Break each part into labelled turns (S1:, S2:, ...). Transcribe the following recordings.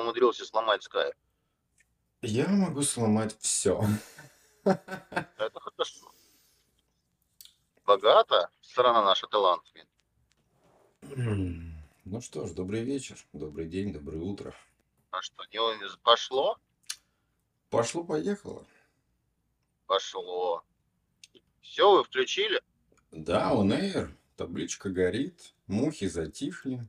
S1: умудрился сломать Skype.
S2: Я могу сломать все.
S1: Это хорошо. Богата страна наша талантами.
S2: Ну что ж, добрый вечер, добрый день, доброе утро.
S1: А что, не пошло?
S2: Пошло-поехало.
S1: Пошло. Все, вы включили?
S2: Да, on air, табличка горит, мухи затихли.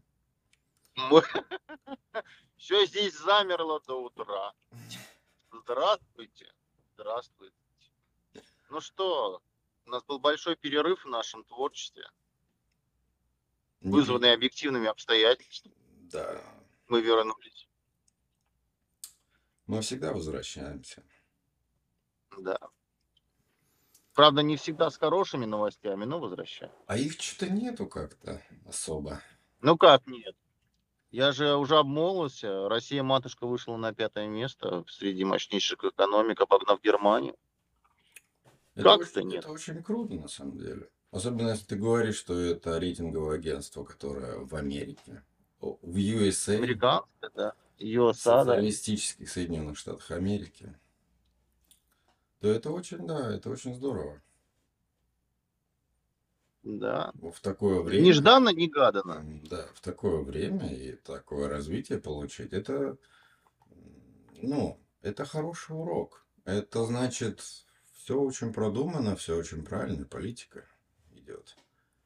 S1: Все здесь замерло до утра. Здравствуйте. Здравствуйте. Ну что, у нас был большой перерыв в нашем творчестве,
S2: Не
S1: вызванный объективными обстоятельствами.
S2: Да,
S1: Мы вернулись.
S2: мы всегда возвращаемся.
S1: Да. Правда, не всегда с хорошими новостями, но возвращаем.
S2: А их что-то нету как-то особо.
S1: Ну как нет? Я же уже обмолвился. Россия-матушка вышла на 5-е место среди мощнейших экономик, обогнав Германию. Как это нет?
S2: Это очень круто, на самом деле. Особенно, если ты говоришь, что это рейтинговое агентство, которое в Америке, в USA,
S1: Американская, да. Ее осада.
S2: социалистических Соединенных Штатах Америки, то это очень, да, это очень здорово.
S1: Да.
S2: В такое время,
S1: Нежданно-негаданно.
S2: да, в такое время и такое развитие получить, это, ну, это хороший урок. Это значит, все очень продумано, все очень правильно, политика идет.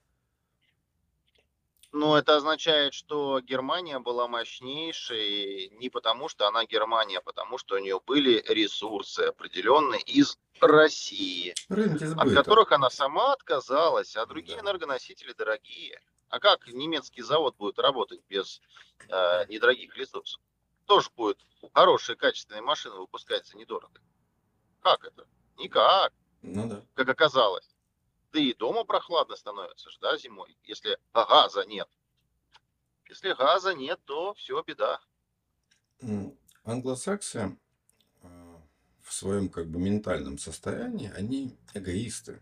S1: Но это означает, что Германия была мощнейшей не потому, что она Германия, а потому, что у нее были ресурсы определенные из России,
S2: Рынки
S1: от
S2: сбыта,
S1: которых она сама отказалась, а другие
S2: да.
S1: энергоносители дорогие. А как немецкий завод будет работать без недорогих ресурсов? Тоже будет хорошие качественные машины выпускать за недорого. Как это? Никак,
S2: Ну да.
S1: как оказалось. Да и дома прохладно становится же, да, зимой, если газа нет. Если газа нет, то все, беда.
S2: Англосаксы в своем как бы ментальном состоянии, они эгоисты.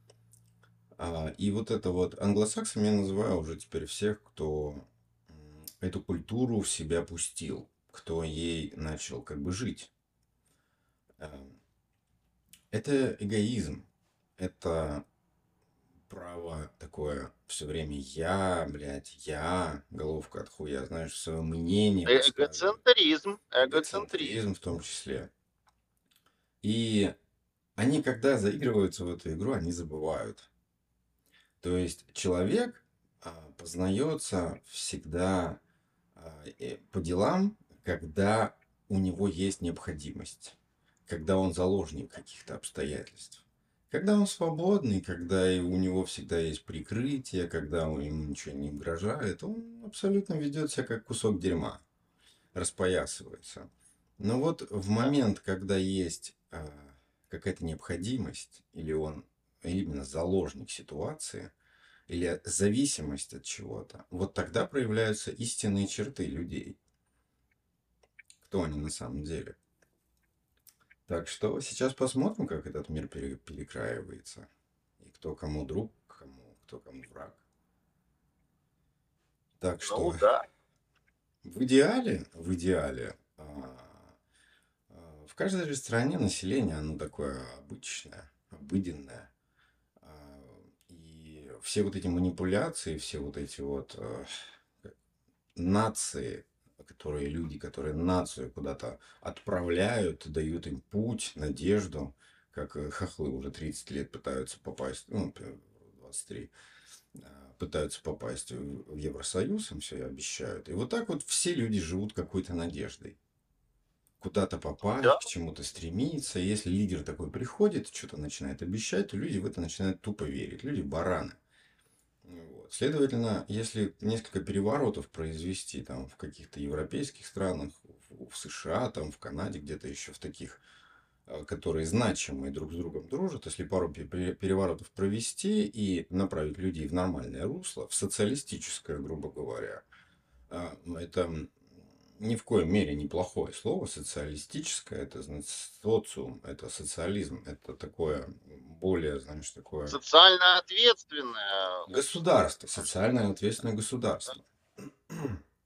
S2: И вот это вот англосаксами я называю уже теперь всех, кто эту культуру в себя пустил, кто ей начал как бы жить. Это эгоизм, это право такое все время я, блядь, я, головка от хуя, знаешь, свое мнение высказывать.
S1: Эгоцентризм, эгоцентризм.
S2: Эгоцентризм в том числе. И они, когда заигрываются в эту игру, они забывают. То есть человек познается всегда по делам, когда у него есть необходимость, когда он заложник каких-то обстоятельств. Когда он свободный, когда и у него всегда есть прикрытие, когда ему ничего не угрожает, он абсолютно ведет себя как кусок дерьма, распоясывается. Но вот в
S1: Да.
S2: момент, когда есть какая-то необходимость, или он именно заложник ситуации, или зависимость от чего-то, вот тогда проявляются истинные черты людей. Кто они на самом деле. Так что сейчас посмотрим, как этот мир перекраивается. И кто кому друг, кто кому враг. Так
S1: Ну
S2: что
S1: да.
S2: в идеале, в каждой же стране население, оно такое обычное, обыденное. И все вот эти манипуляции, все вот эти вот нации, которые нацию куда-то отправляют, дают им путь, надежду, как хохлы уже 30 лет пытаются попасть, ну, 23, пытаются попасть в Евросоюз, им все обещают. И вот так вот все люди живут какой-то надеждой. Куда-то попасть,
S1: Да.
S2: к чему-то стремиться. И если лидер такой приходит, что-то начинает обещать, то люди в это начинают тупо верить. Люди бараны. Вот. Следовательно, если несколько переворотов произвести там в каких-то европейских странах, в США, там, в Канаде, где-то еще в таких, которые значимые друг с другом дружат, если пару переворотов провести и направить людей в нормальное русло, в социалистическое, грубо говоря, это ни в коей мере неплохое слово, социалистическое, это значит социум, это социализм, это такое более, знаешь, такое
S1: Социально ответственное
S2: государство,
S1: общество.
S2: социально ответственное
S1: Да.
S2: государство.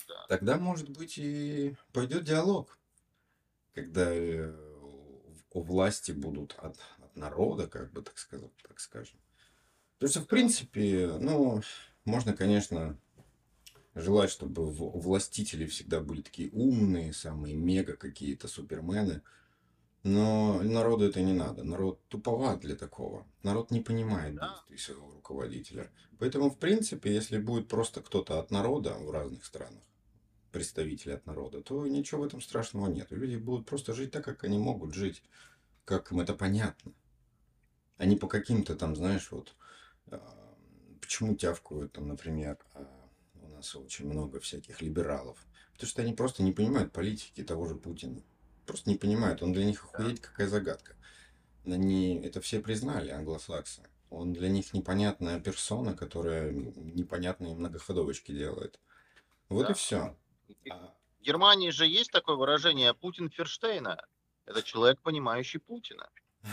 S1: да,
S2: тогда, может быть, и пойдет диалог, когда у власти будут от народа, как бы так сказать, так скажем. То есть, в
S1: да.
S2: принципе, ну, можно, конечно, желать, чтобы у властителей всегда были такие умные, самые мега какие-то супермены. Но народу это не надо. Народ туповат для такого. Народ не понимает
S1: Да,
S2: действий своего руководителя. Поэтому, в принципе, если будет просто кто-то от народа в разных странах, представители от народа, то ничего в этом страшного нет. Люди будут просто жить так, как они могут жить, как им это понятно. А не по каким-то там, знаешь, вот а, почему тявкают там, например, у нас очень много всяких либералов. Потому что они просто не понимают политики того же Путина. Просто не понимают. Он для них
S1: да.
S2: охуеть какая загадка. Они это все признали, англосаксы. Он для них непонятная персона, которая непонятные многоходовочки делает. Вот и
S1: Да.
S2: все.
S1: И в Германии же есть такое выражение Путин Ферштейна. Это человек, понимающий Путина.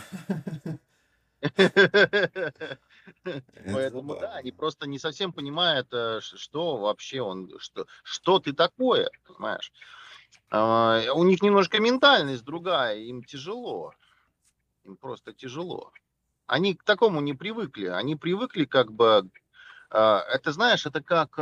S2: Это
S1: Поэтому да, они
S2: забавно.
S1: просто не совсем понимают, что вообще что ты такое, понимаешь? У них немножко ментальность другая, им тяжело, им просто тяжело. Они к такому не привыкли, они привыкли как бы, это знаешь, это как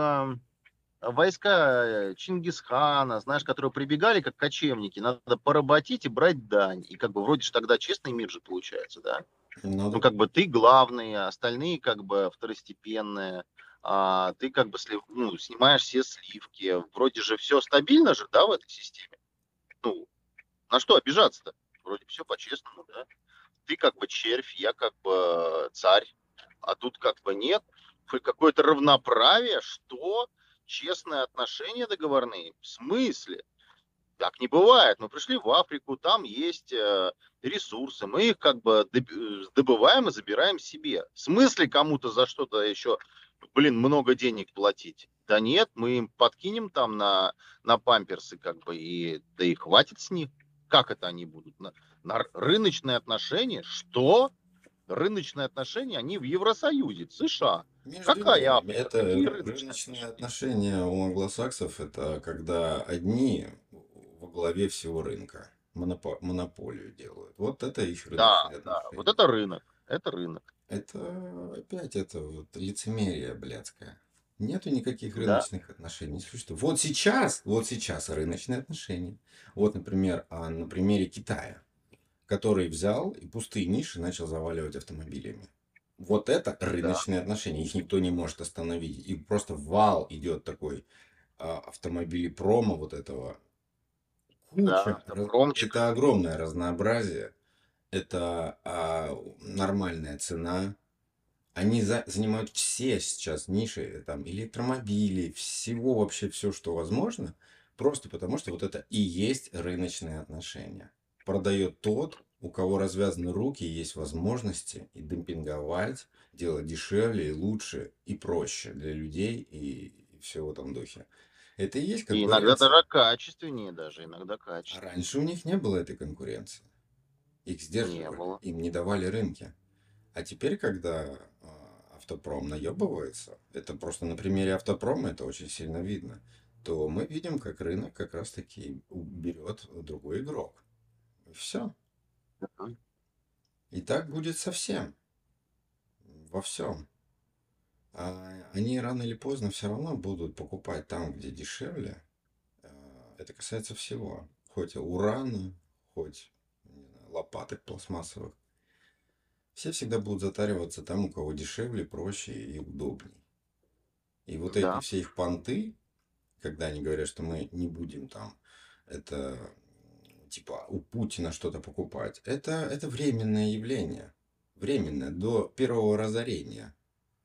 S1: войска Чингисхана, знаешь, которые прибегали как кочевники, надо поработить и брать дань. И как бы вроде же тогда честный мир же получается, да?
S2: Ну
S1: Ну,
S2: да.
S1: как бы ты главный, а остальные как бы второстепенные. Ты как бы ну, снимаешь все сливки. Вроде же все стабильно же, да, в этой системе? Ну, на что обижаться-то? Вроде все по-честному, да? Ты как бы червь, я как бы царь. А тут как бы нет. Какое-то равноправие, что? Честные отношения договорные? В смысле? Так не бывает. Мы пришли в Африку, там есть ресурсы, мы их как бы добываем и забираем себе. В смысле кому-то за что-то еще, блин, много денег платить? Да нет, мы им подкинем там на памперсы как бы, и да и хватит с них. Как это они будут? На рыночные отношения? Что? Рыночные отношения, они в Евросоюзе, в США.
S2: Между
S1: Какая
S2: ними.
S1: Африка?
S2: Это
S1: Какие рыночные
S2: рыночные
S1: отношения?
S2: отношения у англосаксов, это когда одни во главе всего рынка монополию делают. Вот это их
S1: Да,
S2: рыночные
S1: да, вот
S2: отношения.
S1: это рынок. Это рынок.
S2: Это опять это вот лицемерие блядское. Нету никаких
S1: Да,
S2: рыночных отношений. Слушайте, вот сейчас рыночные отношения. Вот, например, на примере Китая, который взял и пустые ниши начал заваливать автомобилями. Вот это
S1: да,
S2: рыночные отношения. Их никто не может остановить. И просто вал идет такой автомобилей промо вот этого.
S1: да,
S2: Куча.
S1: автопромчик.
S2: Это огромное разнообразие. Это нормальная цена. Они занимают все сейчас ниши, там, электромобили, всего вообще все, что возможно, просто потому что вот это и есть рыночные отношения. Продает тот, у кого развязаны руки, есть возможности и демпинговать, делать дешевле, и лучше, и проще для людей, и все в этом духе. Это и есть
S1: И иногда даже
S2: конкуренция.
S1: качественнее, даже иногда
S2: А
S1: качественнее.
S2: раньше у них не было этой конкуренции. Их
S1: Не
S2: сдерживали,
S1: было.
S2: им не давали рынки. А теперь, когда автопром наебывается, это просто на примере автопрома это очень сильно видно, то мы видим, как рынок как раз-таки берет другой игрок. И все.
S1: Мгм.
S2: И так будет со всем. Во всем. Они рано или поздно все равно будут покупать там, где дешевле. Это касается всего. Хоть урана, хоть не знаю, лопаток пластмассовых. Все всегда будут затариваться там, у кого дешевле, проще и удобней. И вот эти
S1: Да,
S2: все их понты, когда они говорят, что мы не будем там, это типа у Путина что-то покупать, это временное явление. Временное, до первого разорения.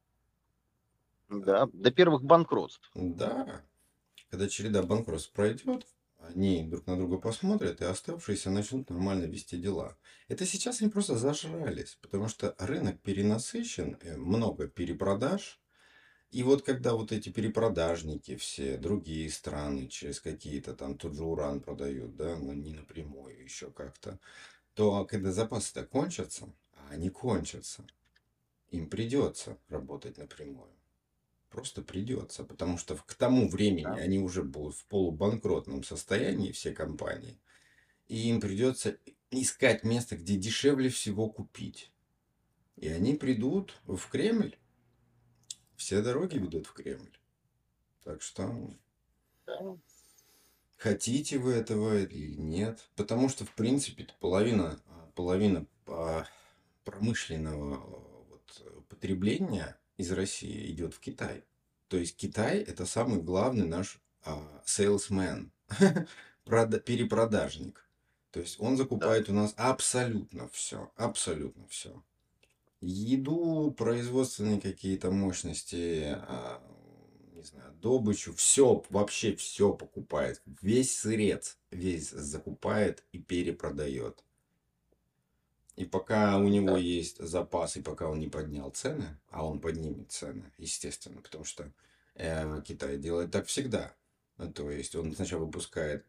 S1: да, до первых банкротств.
S2: Да, когда череда банкротств пройдет, они друг на друга посмотрят, и оставшиеся начнут нормально вести дела. Это сейчас они просто зажрались, потому что рынок перенасыщен, много перепродаж. И вот когда вот эти перепродажники все, другие страны через какие-то там тот же уран продают, да, но не напрямую еще как-то, то когда запасы-то кончатся, а они кончатся, им придется работать напрямую. Просто придется, потому что к тому времени
S1: Да,
S2: они уже будут в полубанкротном состоянии, все компании, и им придется искать место, где дешевле всего купить. И они придут в Кремль. Все дороги
S1: да,
S2: ведут в Кремль. Так что
S1: да.
S2: хотите вы этого или нет. Потому что, в принципе, половина промышленного потребления из России идет в Китай. То есть Китай это самый главный наш salesman, перепродажник. То есть он
S1: Да.
S2: закупает у нас абсолютно все, абсолютно все. Еду, производственные какие-то мощности, не знаю, добычу, все, вообще все покупает. Весь сырец, весь закупает и перепродает. И пока у него
S1: Да.
S2: есть запас, и пока он не поднял цены, а он поднимет цены, естественно, потому что Китай делает так всегда. То есть он сначала выпускает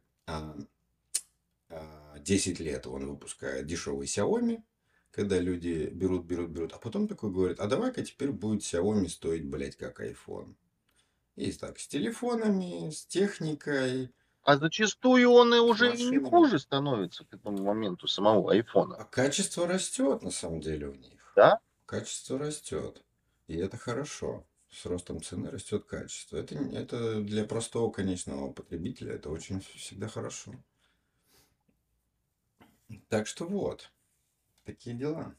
S2: 10 лет он выпускает дешевый Xiaomi, когда люди берут, а потом такой говорит, а давай-ка теперь будет Xiaomi стоить, блядь, как iPhone. И так, с телефонами, с техникой,
S1: А зачастую он и
S2: с
S1: уже и не
S2: машинами.
S1: хуже становится к этому моменту самого айфона.
S2: А качество растет, на самом деле, у них.
S1: Да?
S2: Качество растет. И это хорошо. С ростом цены растет качество. Это для простого конечного потребителя это очень всегда хорошо. Так что вот, такие дела.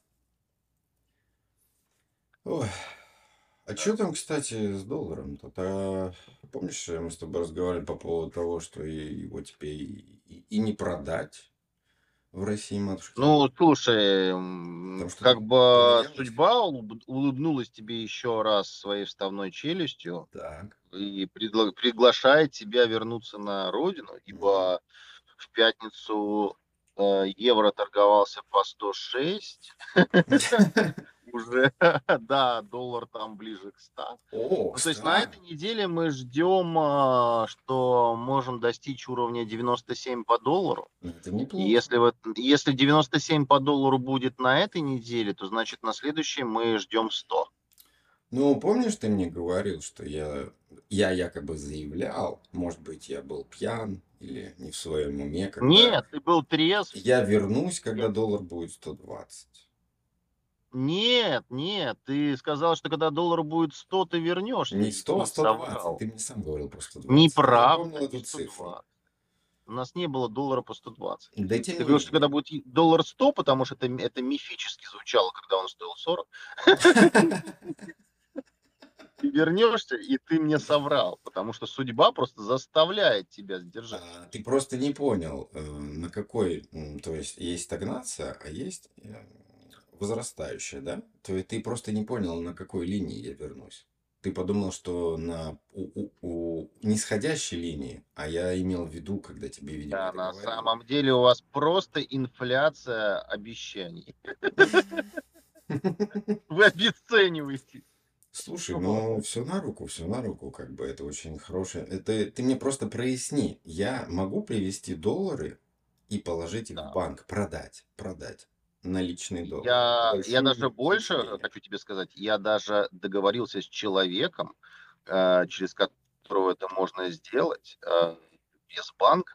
S2: Ой, а что там, кстати, с долларом-то? Помнишь, мы с тобой разговаривали по поводу того, что его теперь и не продать в России, матушке?
S1: Ну, слушай,
S2: Там что-то
S1: как бы
S2: поменялось?
S1: судьба улыбнулась тебе еще раз своей вставной челюстью
S2: Так.
S1: и приглашает тебя вернуться на родину,
S2: Мгм.
S1: ибо в пятницу евро торговался по 106, уже, да, доллар там ближе к 100.
S2: О,
S1: Ну, то есть на
S2: кстати,
S1: этой неделе мы ждем, что можем достичь уровня 97 по доллару.
S2: это
S1: И
S2: неплохо.
S1: если 97 по доллару будет на этой неделе, то значит на следующей мы ждем 100.
S2: Ну, помнишь, ты мне говорил, что я якобы заявлял, может быть, я был пьян или не в своем уме, когда
S1: Нет, ты был трезв.
S2: я вернусь, когда
S1: Нет,
S2: доллар будет 120.
S1: нет, нет, ты сказал, что когда доллар будет 100, ты вернешься,
S2: Не
S1: и ты
S2: 100, а
S1: мне
S2: 120.
S1: соврал.
S2: Ты мне сам говорил про 120. Я
S1: Неправда,
S2: запомнил
S1: не
S2: эту цифру.
S1: 120. У нас не было доллара по 120.
S2: Да тем
S1: Ты
S2: не
S1: говоришь, что когда
S2: менее.
S1: будет доллар 100, потому что это мифически звучало, когда он стоил 40. Ты вернешься, и ты мне соврал, потому что судьба просто заставляет тебя сдержать это
S2: Ты
S1: слово.
S2: просто не понял, на какой, то есть стагнация, а есть возрастающая, да? То есть ты просто не понял, на какой линии я вернусь. Ты подумал, что у нисходящей линии, а я имел в виду, когда тебе, видимо,
S1: Да,
S2: это
S1: на
S2: говорил.
S1: самом деле у вас просто инфляция обещаний. Вы обесцениваете.
S2: Слушай,
S1: Вот.
S2: ну все на руку, как бы это очень хорошее. Это ты мне просто проясни. Я могу привести доллары и положить их в
S1: Да.
S2: банк, продать наличные доллары на
S1: Я даже
S2: большую кучу
S1: больше
S2: денег.
S1: хочу тебе сказать, я даже договорился с человеком, через которого это можно сделать, без банка.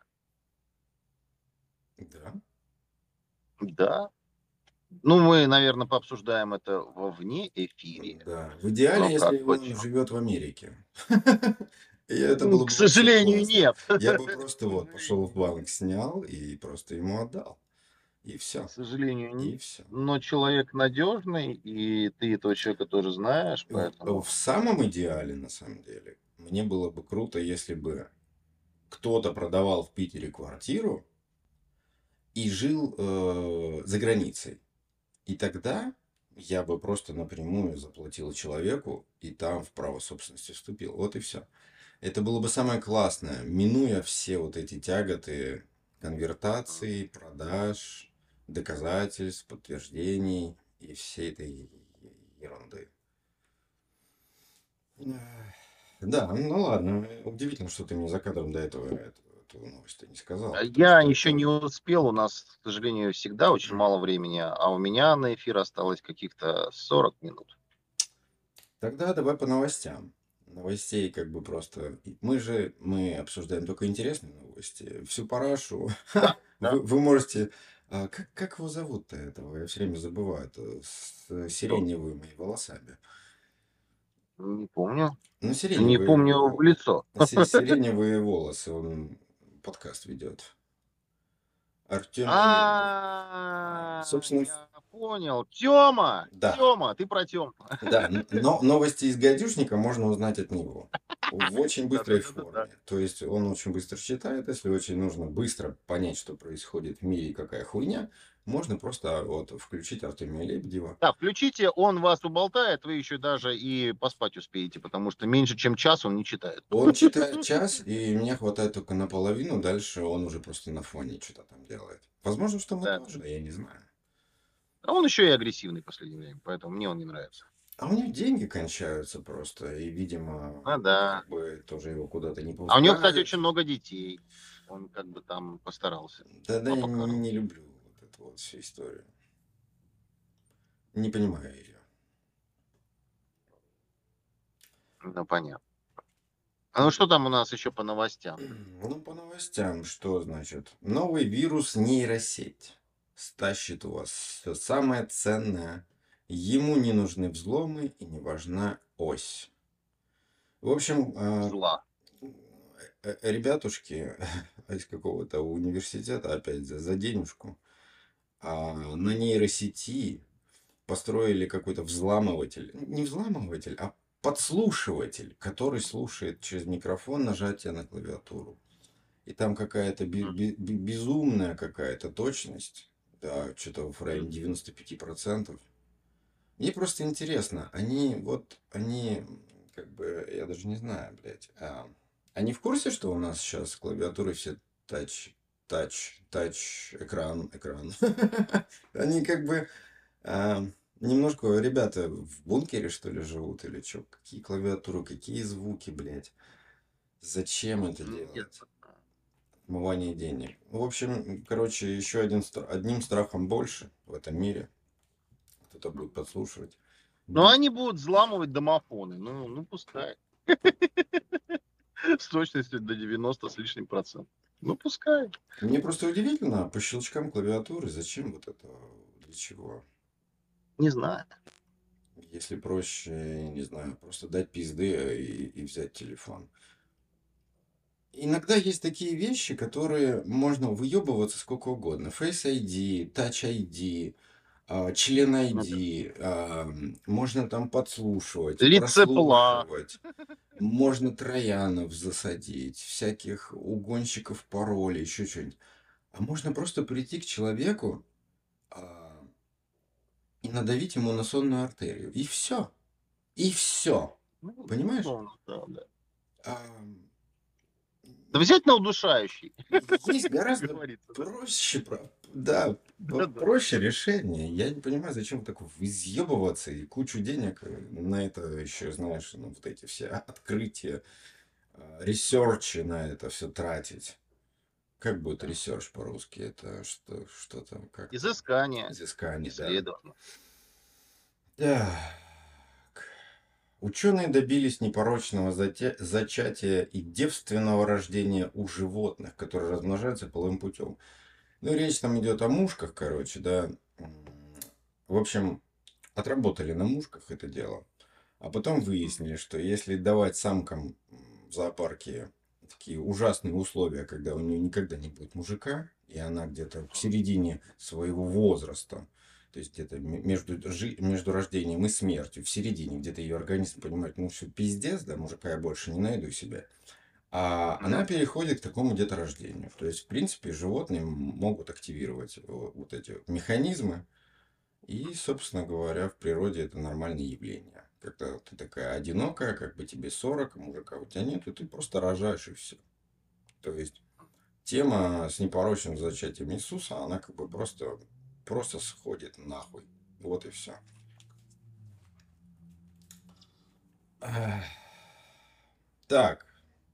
S2: Да,
S1: Да. Ну, мы, наверное, пообсуждаем это вне эфире.
S2: да. В идеале,
S1: Но
S2: если
S1: как бы
S2: он
S1: чё?
S2: живет в Америке. И это было
S1: К
S2: бы вообще
S1: сожалению,
S2: классно.
S1: нет.
S2: Я бы
S1: К
S2: просто вот пошел в
S1: сожалению, нет.
S2: банк, снял и просто ему отдал. И
S1: К
S2: все.
S1: сожалению,
S2: И
S1: нет.
S2: все.
S1: Но человек надежный, и ты этого человека тоже знаешь,
S2: В
S1: поэтому
S2: самом идеале, на самом деле, мне было бы круто, если бы кто-то продавал в Питере квартиру и жил за границей. И тогда я бы просто напрямую заплатил человеку и там в право собственности вступил. Вот и все. Это было бы самое классное, минуя все вот эти тяготы конвертации, продаж, доказательств, подтверждений и всей этой ерунды. Да, ну ладно. Удивительно, что ты мне за кадром до этого эту новость не сказал, потому
S1: я
S2: что
S1: еще не
S2: это...
S1: успел. У нас, к сожалению, всегда очень мало времени, а у меня на эфир осталось каких-то 40 минут.
S2: Тогда давай по новостям. Новостей как бы просто... Мы обсуждаем только интересные новости. Всю парашу
S1: Да, да.
S2: вы можете... как его зовут-то этого? Я все время забываю. Это с
S1: Кто?
S2: сиреневыми волосами.
S1: Не помню.
S2: Ну,
S1: Не помню в лицо.
S2: сиреневые волосы. Он подкаст ведет. Артем Лебедев. Собственно,
S1: Я понял. Тёма!
S2: да.
S1: Тёма, ты про Тёму.
S2: Да, но новости из гадюшника можно узнать от него. В очень быстрой
S1: Да-да-да-да-да.
S2: форме. То есть он очень быстро читает, если очень нужно быстро понять, что происходит в мире и какая хуйня, можно просто вот включить Артемия Лебедева.
S1: Да, включите, он вас уболтает, вы еще даже и поспать успеете, потому что меньше чем час он не читает.
S2: Он читает час, и мне хватает только наполовину, дальше он уже просто на фоне что-то там делает. Возможно, что мы
S1: Да.
S2: тоже, я не знаю.
S1: А он еще и агрессивный в последнее время, поэтому мне он не нравится.
S2: А у них деньги кончаются просто, и, видимо,
S1: А, да.
S2: как бы тоже его куда-то не
S1: А у него, кстати,
S2: пускают.
S1: очень много детей. Он как бы там постарался.
S2: Да, я
S1: Папа Карл.
S2: не люблю вот эту вот всю историю. Не понимаю ее.
S1: Ну, понятно. А ну что там у нас еще по новостям?
S2: Ну, по новостям, что значит? Новый вирус нейросеть стащит у вас все самое ценное. Ему не нужны взломы и не важна ось. В общем,
S1: Зла.
S2: ребятушки из какого-то университета, опять за денежку, на нейросети построили какой-то взламыватель. Не взламыватель, а подслушиватель, который слушает через микрофон нажатие на клавиатуру. И там какая-то безумная какая-то точность. Да, что-то в районе 95%. Мне просто интересно, они, как бы, я даже не знаю, блядь, они в курсе, что у нас сейчас клавиатуры все тач, экран. Они как бы а, немножко, ребята, в бункере, что ли, живут или что? Какие клавиатуры, какие звуки, блядь? Зачем это
S1: Нет.
S2: делать? Отмывание денег. В общем, короче, еще одним страхом больше в этом мире. Кто-то будет подслушивать.
S1: Но они будут взламывать домофоны. Ну пускай. С точностью до 90 с лишним процентов. Ну пускай.
S2: Мне просто удивительно, по щелчкам клавиатуры, зачем вот это, для чего?
S1: Не знаю.
S2: Если проще, не знаю, просто дать пизды и взять телефон. Иногда есть такие вещи, которые можно выебываться сколько угодно. Face ID, Touch ID, член
S1: Ну да.
S2: ID, можно там подслушивать,
S1: Лицепла.
S2: прослушивать, можно троянов засадить, всяких угонщиков паролей, еще что-нибудь. А можно просто прийти к человеку и надавить ему на сонную артерию. И все. И все.
S1: Ну,
S2: Понимаешь?
S1: условно, да, да.
S2: А,
S1: Да взять на удушающий,
S2: Есть
S1: как
S2: гораздо
S1: говорится, да?
S2: проще, да,
S1: Да, да.
S2: проще решение. Я не понимаю, зачем так изъебываться и кучу денег на это еще, знаешь, ну, вот эти все открытия, ресерчи на это все тратить. Как будет ресерч по-русски? Это что там, как там?
S1: Изыскание,
S2: Изыскание, да.
S1: исследование.
S2: Так. Ученые добились непорочного зачатия и девственного рождения у животных, которые размножаются половым путем. Ну, речь там идет о мушках, короче, да. В общем, отработали на мушках это дело. А потом выяснили, что если давать самкам в зоопарке такие ужасные условия, когда у нее никогда не будет мужика, и она где-то в середине своего возраста, то есть где-то между рождением и смертью, в середине, где-то ее организм понимает, ну все, пиздец, да, мужика я больше не найду себе. А она
S1: Мгм.
S2: переходит к такому деторождению. То есть, в принципе, животные могут активировать вот эти механизмы. И, собственно говоря, в природе это нормальное явление. Когда ты такая одинокая, как бы тебе 40, а мужика у тебя нет, и ты просто рожаешь и все. То есть тема с непорочным зачатием Иисуса, она как бы просто сходит нахуй. Вот и все. Так,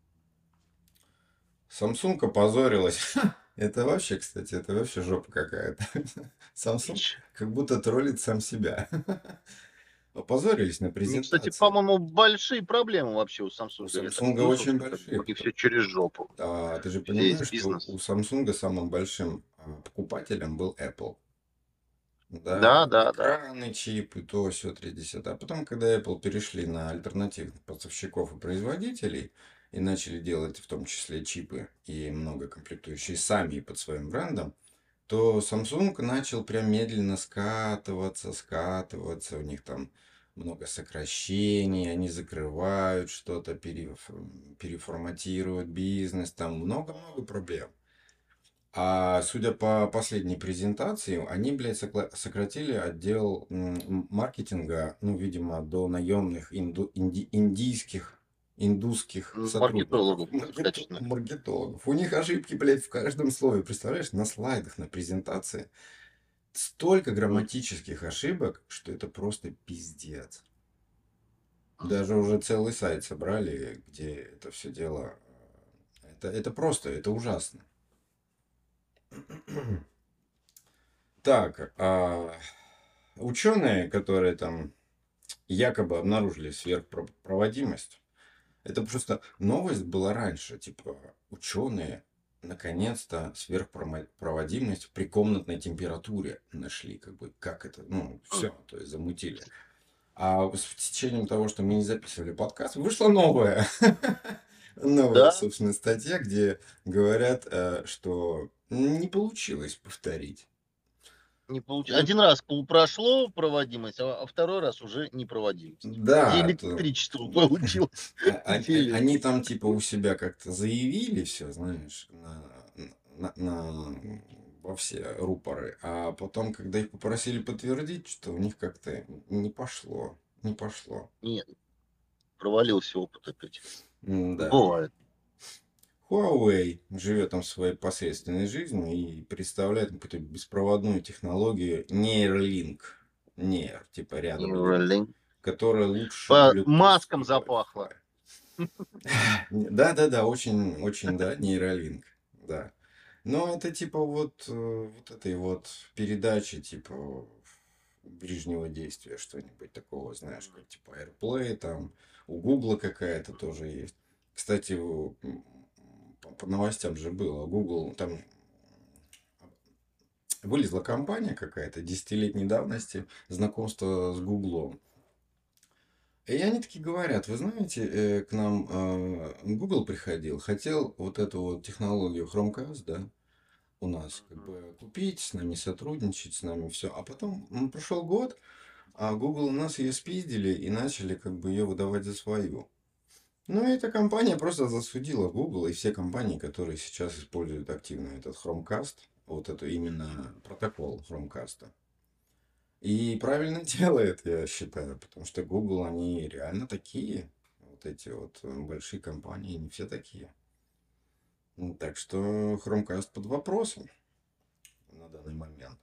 S2: Samsung опозорилась. Это вообще, кстати, это вообще жопа какая-то. Samsung
S1: Ич.
S2: как будто троллит сам себя. Опозорились на
S1: У них, кстати,
S2: презентации.
S1: по-моему, большие проблемы вообще у
S2: У
S1: Samsung. Я так
S2: Samsung
S1: слышал,
S2: очень
S1: что как бы
S2: большие.
S1: у них все через жопу.
S2: Ты же
S1: Весь
S2: понимаешь, что у
S1: бизнес.
S2: Samsung самым большим покупателем был Apple. Да,
S1: Да, да, да.
S2: экраны, чипы, то, все, 30. А потом, когда Apple перешли на альтернативных поставщиков и производителей и начали делать в том числе чипы и много комплектующие сами и под своим брендом, то Samsung начал прям медленно скатываться. У них там много сокращений, они закрывают что-то, переформатируют бизнес, там много-много проблем. А судя по последней презентации, они, блядь, сократили отдел маркетинга, ну, видимо, до наемных индусских сотрудников,
S1: Маркетологов качественных.
S2: маркетологов. У них ошибки, блядь, в каждом слове. Представляешь, на слайдах, на презентации столько грамматических ошибок, что это просто пиздец. Даже уже целый сайт собрали, где это все дело. Это просто, это ужасно. Так, ученые, которые там якобы обнаружили сверхпроводимость, это просто новость была раньше. Типа, ученые наконец-то сверхпроводимость при комнатной температуре нашли. Как бы, как это, ну, все, то есть замутили. А с течением того, что мы не записывали подкаст, вышла новая, новая,
S1: Да,
S2: собственно, статья, где говорят, что не получилось повторить.
S1: не один раз прошло проводимость, а второй раз уже непроводимость. Где
S2: Да,
S1: электричество получилось.
S2: они
S1: Интересно.
S2: там типа у себя как-то заявили все, знаешь, во все рупоры, а потом, когда их попросили подтвердить, что у них как-то не пошло, не пошло.
S1: Нет, провалился опыт опять.
S2: Да.
S1: Бывает.
S2: Huawei живет там своей посредственной жизнью и представляет какую-то беспроводную технологию Neuralink. Нейр, типа рядом link,
S1: Neuralink.
S2: которая лучше
S1: По
S2: Bluetooth
S1: маскам
S2: и
S1: запахло.
S2: Wi-Fi. Да, очень, очень, да, нейролинк, да. Но это типа вот этой вот передачи, типа ближнего действия, что-нибудь такого, знаешь, как типа AirPlay, там у Гугла какая-то тоже есть. Кстати, по новостям же было, Google, там вылезла компания какая-то десятилетней давности, знакомство с Гуглом. И они такие говорят, вы знаете, к нам Google приходил, хотел вот эту вот технологию Chromecast, да, у нас как бы купить, с нами сотрудничать, с нами все. А потом прошел год, а Google у нас ее спиздили и начали как бы ее выдавать за свою. Ну, и эта компания просто засудила Google и все компании, которые сейчас используют активно этот Chromecast, вот эту именно протокол Chromecast. И правильно делает, я считаю, потому что Google, они реально такие. Вот эти вот большие компании, не все такие. Так что Chromecast под вопросом на данный момент.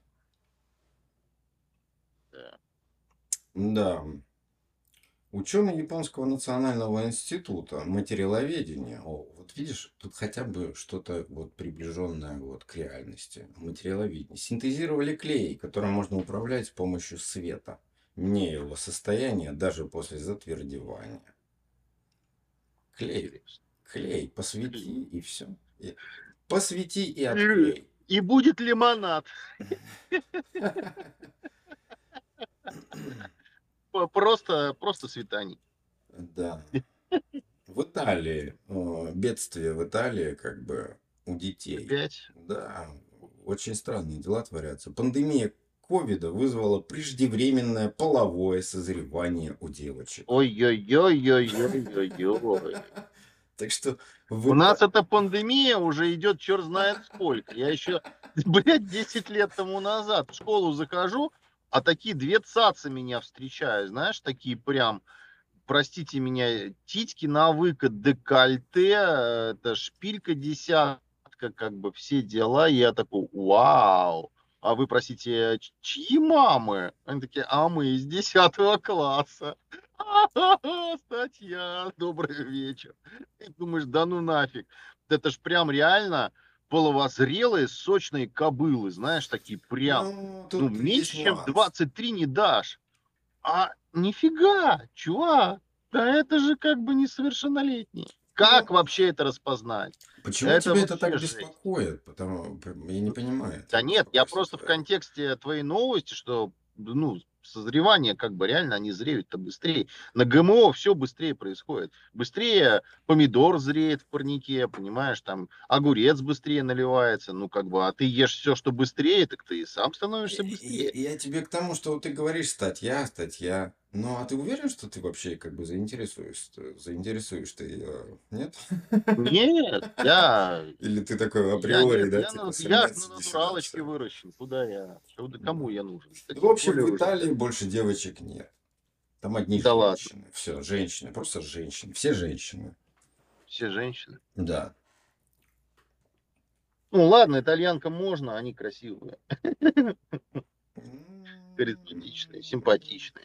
S1: Да.
S2: Да. Ученый Японского национального института материаловедения. О, вот видишь, тут хотя бы что-то вот приближенное вот к реальности. Материаловедение. Синтезировали клей, которым можно управлять с помощью света, меняя его состояние даже после затвердевания. Клей.
S1: Интересно.
S2: Клей. Посвети и все. Посвети и отклей.
S1: И будет лимонад. Просто светани.
S2: Да. В Италии, бедствие в Италии, как бы у детей.
S1: Опять.
S2: Да, очень странные дела творятся. Пандемия ковида вызвала преждевременное половое созревание у девочек.
S1: Ой-ой-ой-ой-ой-ой-ой.
S2: Так что
S1: У
S2: в
S1: нас
S2: Италии...
S1: эта пандемия уже идет черт знает сколько. Я еще, блядь, 10 лет тому назад в школу захожу, а такие две цацы меня встречают, знаешь, такие прям, простите меня, титьки на выкат, декольте, это шпилька десятка, как бы все дела. И я такой, вау. А вы, простите, чьи мамы? Они такие, а мы из 10 класса. Статья, добрый вечер. Ты думаешь, да ну нафиг. Это ж прям реально половозрелые, сочные кобылы, знаешь, такие прям,
S2: Ну,
S1: ну,
S2: тут есть
S1: меньше, чем
S2: нюанс.
S1: 23 не дашь. А Нифига, чувак, да это же как бы несовершеннолетний. Как
S2: Ну,
S1: вообще это распознать?
S2: почему
S1: Это
S2: тебя это
S1: вообще
S2: так
S1: жесть.
S2: беспокоит? Я не понимаю это
S1: Да нет, я
S2: беспокойство
S1: просто в
S2: твое.
S1: контексте твоей новости, что, ну, созревание как бы реально они зреют-то быстрее. На ГМО все быстрее происходит. Быстрее помидор зреет в парнике, понимаешь, там огурец быстрее наливается, ну как бы, а ты ешь все, что быстрее, так ты и сам становишься быстрее.
S2: Я тебе к тому, что вот ты говоришь статья, статья. Ну, а ты уверен, что ты вообще как бы заинтересуешь ты ее? Нет?
S1: Нет,
S2: Или ты такой
S1: я
S2: априори,
S1: нет,
S2: да, типа
S1: я ж на
S2: самец, иди сюда,
S1: натуралочке
S2: все.
S1: выращен. Кому я нужен? Да
S2: В
S1: тем
S2: общем,
S1: более
S2: в
S1: уже.
S2: Италии больше девочек нет. Там одни
S1: Да ладно,
S2: женщины. Все, женщины, просто женщины. Все женщины.
S1: все женщины.
S2: Да.
S1: Ну ладно, итальянкам можно, они красивые, харизматичные, симпатичные.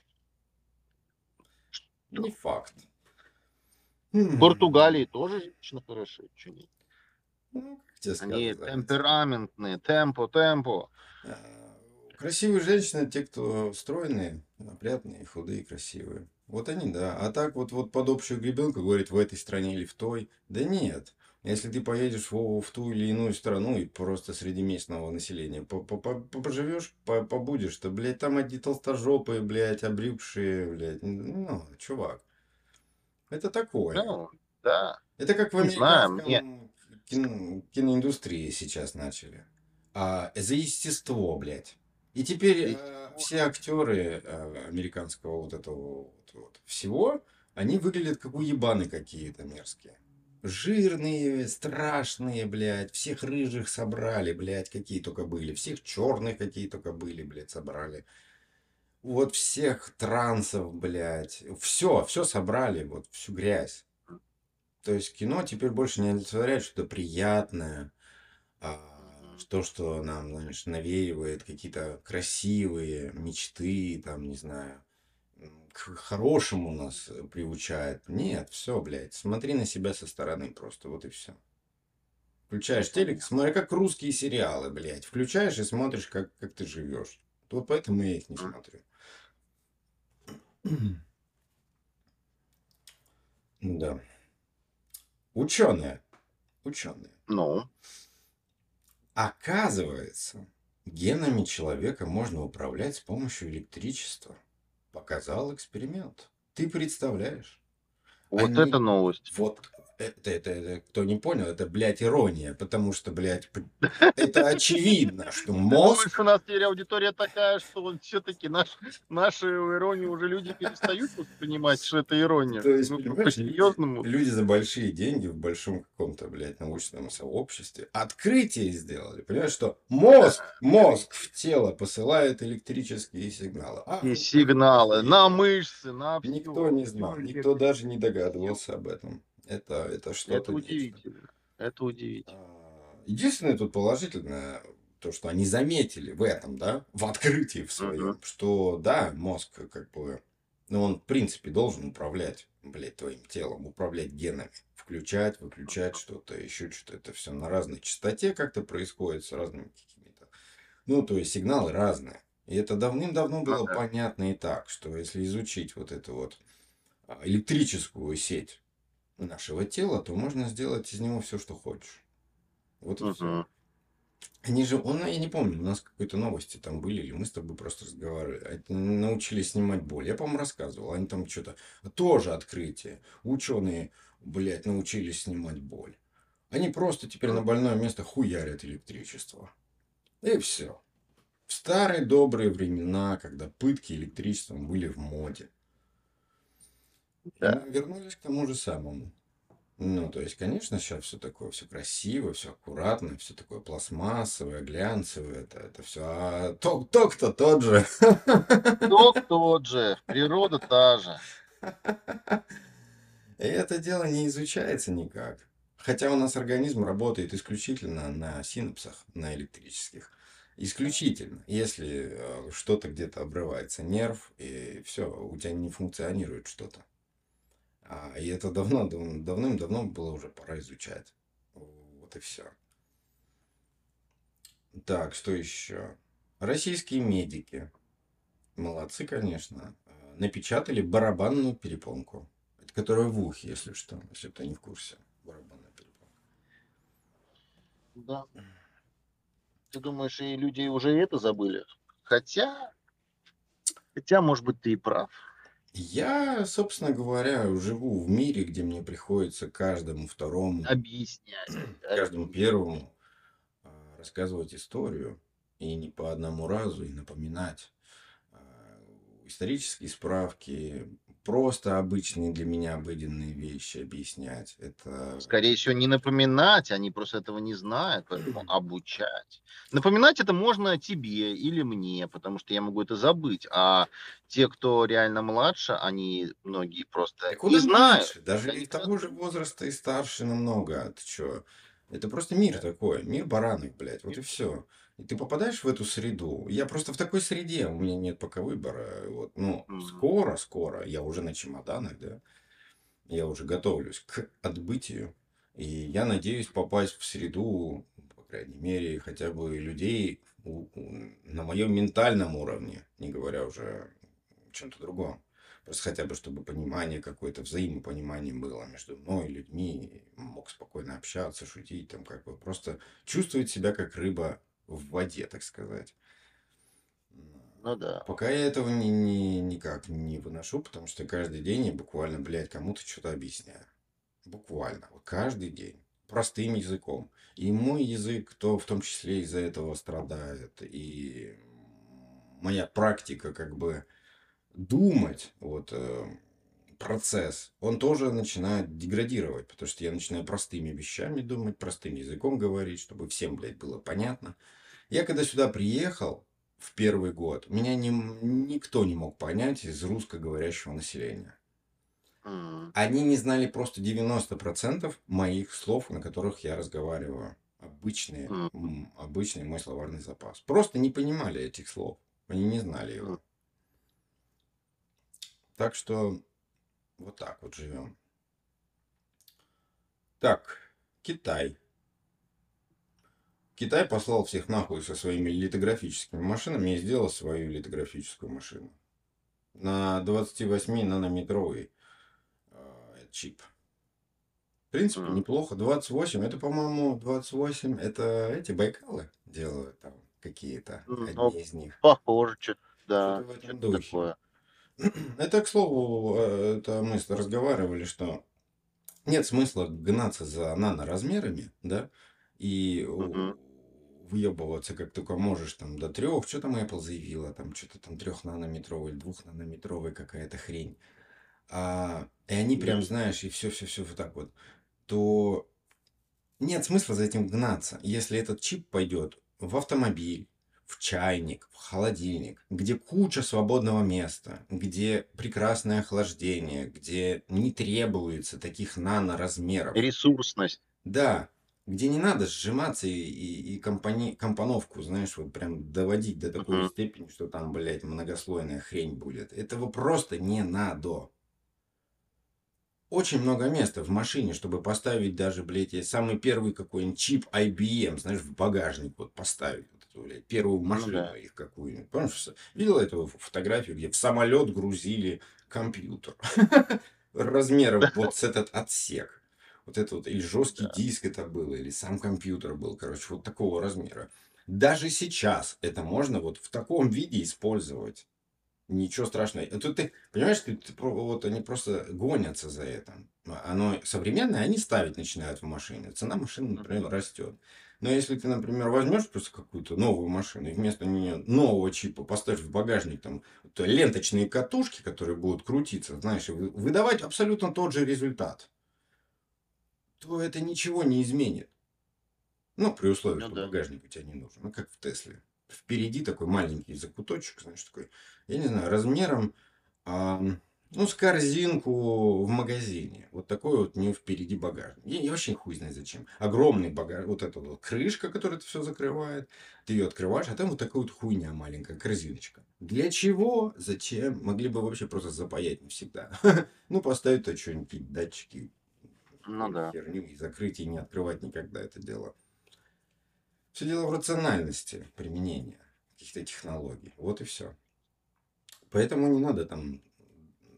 S2: Не
S1: Что?
S2: факт.
S1: В Португалии тоже женщины хороши, что нет?
S2: Ну, как тебе
S1: Они
S2: сказать?
S1: темпераментные, темпо.
S2: А, Красивые женщины, те, кто стройные, опрятные, худые, красивые. Вот они, да. А так вот под общую гребенку говорить в этой стране или в той. Да нет. Если ты поедешь в ту или иную страну и просто среди местного населения поживешь, побудешь, то, блядь, там одни толстожопые, блядь, обрюкшие, блядь. Ну, чувак, это такое.
S1: Ну, да,
S2: Это как в
S1: не знаю, мне...
S2: американском киноиндустрии сейчас начали. За естество, блядь. И теперь
S1: Естество.
S2: все актеры американского вот этого вот всего, они выглядят как уебаны какие-то мерзкие. Жирные, страшные, блядь. Всех рыжих собрали, блядь, какие только были. Всех черных, какие только были, блядь, собрали. Вот всех трансов, блядь. Все собрали, вот всю грязь. То есть кино теперь больше не олицетворяет что-то приятное,
S1: Мгм.
S2: то, что нам, знаешь, навеивает какие-то красивые мечты, там, не знаю, к хорошему нас приучает. Нет, все, блядь, смотри на себя со стороны просто, вот и все.
S1: Ну,
S2: Включаешь телек,
S1: понятно.
S2: смотри, как русские сериалы, блядь. Включаешь и смотришь, как ты живешь. Вот поэтому я их не
S1: М.
S2: смотрю. Да. Ученые. Ученые.
S1: Ну,
S2: Оказывается, генами человека можно управлять с помощью электричества. Показал эксперимент. Ты представляешь?
S1: вот это
S2: Они
S1: новость.
S2: вот это, кто не понял, это, блядь, ирония, потому что, блядь, это очевидно, что
S1: Ты думаешь,
S2: мозг,
S1: у нас теперь аудитория такая, что вот все-таки нашу иронию уже люди перестают воспринимать, что это ирония?
S2: то есть,
S1: Ну,
S2: понимаешь,
S1: по-серьезному.
S2: люди за большие деньги в большом каком-то, блядь, научном сообществе открытие сделали, понимаешь, что
S1: Да,
S2: мозг в тело посылает электрические сигналы.
S1: и сигналы на мышцы, на
S2: Никто
S1: все,
S2: не
S1: все
S2: знал, никто даже не
S1: электрические силы.
S2: догадывался об этом. Это
S1: Это
S2: что-то нечто.
S1: удивительно. Это удивительно.
S2: Единственное тут положительное, то, что они заметили в этом, да, в открытии в
S1: Мгм.
S2: своем, что, да, мозг как бы, ну, он, в принципе, должен управлять, блядь, твоим телом, управлять генами. Включать, выключать что-то, еще что-то. Это все на разной частоте как-то происходит, с разными какими-то. Ну, то есть сигналы разные. И это давным-давно
S1: Ну
S2: было
S1: да.
S2: понятно и так, что если изучить вот эту вот электрическую сеть нашего тела, то можно сделать из него все, что хочешь. Вот и все.
S1: Мгм.
S2: Они же, я не помню, у нас какой-то новости там были, или мы с тобой просто разговаривали. Научились снимать боль. Я, по-моему, рассказывал. Они там что-то, тоже открытие. Ученые, блядь, научились снимать боль. Они просто теперь на больное место хуярят электричество. И все. В старые добрые времена, когда пытки электричеством были в моде. И мы
S1: Да.
S2: вернулись к тому же самому. Ну, то есть, конечно, сейчас все такое, все красиво, все аккуратно, все такое пластмассовое, глянцевое, это все. А ток-то тот же.
S1: Ток тот же, природа та же.
S2: И это дело не изучается никак. Хотя у нас организм работает исключительно на синапсах, на электрических. Исключительно. Если что-то где-то обрывается нерв, и все, у тебя не функционирует что-то. И это давным-давно было уже пора изучать. Вот и все. Так, что еще? Российские медики. Молодцы, конечно. напечатали барабанную перепонку. Это которая в ухе, если что, если кто не в курсе. Барабанная перепонка.
S1: Да. Ты думаешь, и люди уже это забыли? Хотя, может быть, ты и прав.
S2: Я, собственно говоря, живу в мире, где мне приходится каждому второму,
S1: Объяснять.
S2: каждому первому рассказывать историю. И не по одному разу, и напоминать а, исторические справки, просто обычные для меня обыденные вещи объяснять. Это
S1: Скорее всего, не напоминать, они просто этого не знают, поэтому обучать. Напоминать это можно тебе или мне, потому что я могу это забыть. А те, кто реально младше, они многие просто
S2: да
S1: не
S2: куда
S1: знают.
S2: младше, даже и
S1: Они
S2: того
S1: просто
S2: же возраста, и старше намного. Ты чё? Это просто мир такой, мир баранок, блядь, вот и все. И ты попадаешь в эту среду. Я просто в такой среде, у меня нет пока выбора. Вот, ну,
S1: Мгм.
S2: скоро, я уже на чемоданах, да, я уже готовлюсь к отбытию. И я надеюсь попасть в среду, по крайней мере, хотя бы людей на моем ментальном уровне, не говоря уже о чем-то другом. Просто хотя бы, чтобы понимание какое-то, взаимопонимание было между мной и людьми. Мог спокойно общаться, шутить, там как бы просто чувствовать себя как рыба в воде, так сказать.
S1: Ну да.
S2: Пока я этого никак не выношу, потому что каждый день я буквально, блядь, кому-то что-то объясняю. Буквально. Вот каждый день. Простым языком. И мой язык, то в том числе из-за этого страдает. И моя практика как бы думать, вот процесс, он тоже начинает деградировать, потому что я начинаю простыми вещами думать, простым языком говорить, чтобы всем, блядь, было понятно. Я когда сюда приехал в первый год, меня никто не мог понять из русскоговорящего населения.
S1: М,
S2: Они не знали просто 90% моих слов, на которых я разговариваю.
S1: м,
S2: Обычный мой словарный запас. Просто не понимали этих слов. Они не знали
S1: м.
S2: его. Так что вот так вот живем. Так, Китай. Китай послал всех нахуй со своими литографическими машинами и сделал свою литографическую машину. На 28-нанометровый чип. В принципе,
S1: М.
S2: неплохо. 28, это, по-моему, 28, это эти Байкалы делают там какие-то,
S1: Ну,
S2: одни из них.
S1: похоже, что-то,
S2: Что-то
S1: да,
S2: в этом
S1: что-то
S2: духе.
S1: такое.
S2: Это, к слову, это мы разговаривали, что нет смысла гнаться за наноразмерами, да, и
S1: Мгм.
S2: выебываться как только можешь там до 3, что там Apple заявила, там что-то там 3 нанометровый, 2 нанометровый какая-то хрень. И они
S1: Да.
S2: прям, знаешь, и все вот так вот, то нет смысла за этим гнаться, если этот чип пойдет в автомобиль, в чайник, в холодильник, где куча свободного места, где прекрасное охлаждение, где не требуется таких наноразмеров.
S1: Ресурсность.
S2: Да, где не надо сжиматься и компоновку, знаешь, вот прям доводить до такой
S1: Мгм.
S2: степени, что там, блядь, многослойная хрень будет. Этого просто не надо. Очень много места в машине, чтобы поставить даже, блядь, самый первый какой-нибудь чип IBM, знаешь, в багажник вот поставить. Вот эту, блядь, первую
S1: Ну
S2: машину
S1: да.
S2: их какую-нибудь. Помнишь, видел эту фотографию, где в самолет грузили компьютер размером вот с этот отсек. Вот это вот, или жесткий
S1: Да.
S2: диск это было, или сам компьютер был, короче, вот такого размера. Даже сейчас это можно вот в таком виде использовать. Ничего страшного. Тут ты понимаешь, вот они просто гонятся за этим. Оно современное, они ставить начинают в машины. Цена машины, например,
S1: Мгм.
S2: растет. Но если ты, например, возьмешь просто какую-то новую машину и вместо нее нового чипа поставишь в багажник там вот ленточные катушки, которые будут крутиться, знаешь, и выдавать абсолютно тот же результат, то это ничего не изменит. Ну, при условии,
S1: Ну
S2: что
S1: да.
S2: багажник у тебя не нужен. Ну, как в Тесле. Впереди такой маленький закуточек, знаешь, такой, я не знаю, размером, ну, с корзинку в магазине. Вот такой вот у нее впереди багажник. И вообще хуй знает зачем. Огромный багаж, вот эта вот крышка, которая это все закрывает. Ты ее открываешь, а там вот такая вот хуйня маленькая, корзиночка. Для чего? Зачем? Могли бы вообще просто запаять навсегда. Ну, поставить то что-нибудь, датчики,
S1: Ну
S2: какую-нибудь
S1: да.
S2: херню и закрыть, и не открывать никогда это дело. Все дело в рациональности применения каких-то технологий. Вот и все. Поэтому не надо там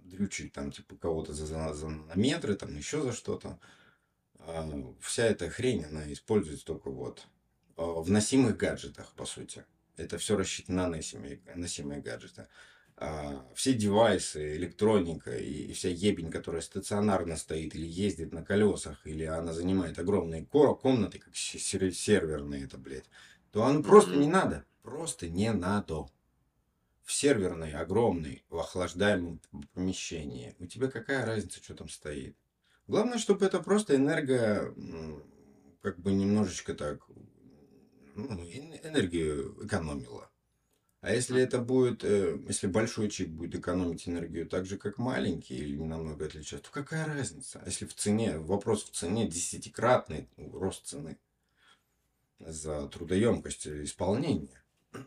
S2: дрючить там, типа, кого-то за нанометры, там еще за что-то. Вся эта хрень, она используется только вот в носимых гаджетах, по сути. Это все рассчитано на носимые гаджеты. Все девайсы, электроника и вся ебень, которая стационарно стоит или ездит на колесах, или она занимает огромные комнаты, как серверные это, блядь, то оно просто не
S1: Мгм.
S2: надо. Просто не надо. В серверной, огромной, в охлаждаемом помещении. У тебя какая разница, что там стоит? Главное, чтобы это просто энерго, как бы немножечко так, энергию экономило. А если это будет, если большой чип будет экономить энергию так же, как маленький, или не намного отличаться, то какая разница? А если в цене, вопрос в цене, десятикратный рост цены за трудоемкость исполнения.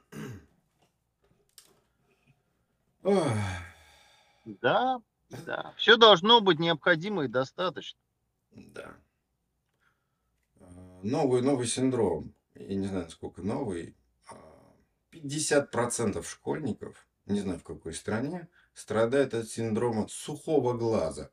S2: Ох,
S1: Да, да. Все должно быть необходимо и достаточно.
S2: да. Новый синдром, я не знаю, сколько новый, 50% школьников, не знаю в какой стране, страдают от синдрома сухого глаза.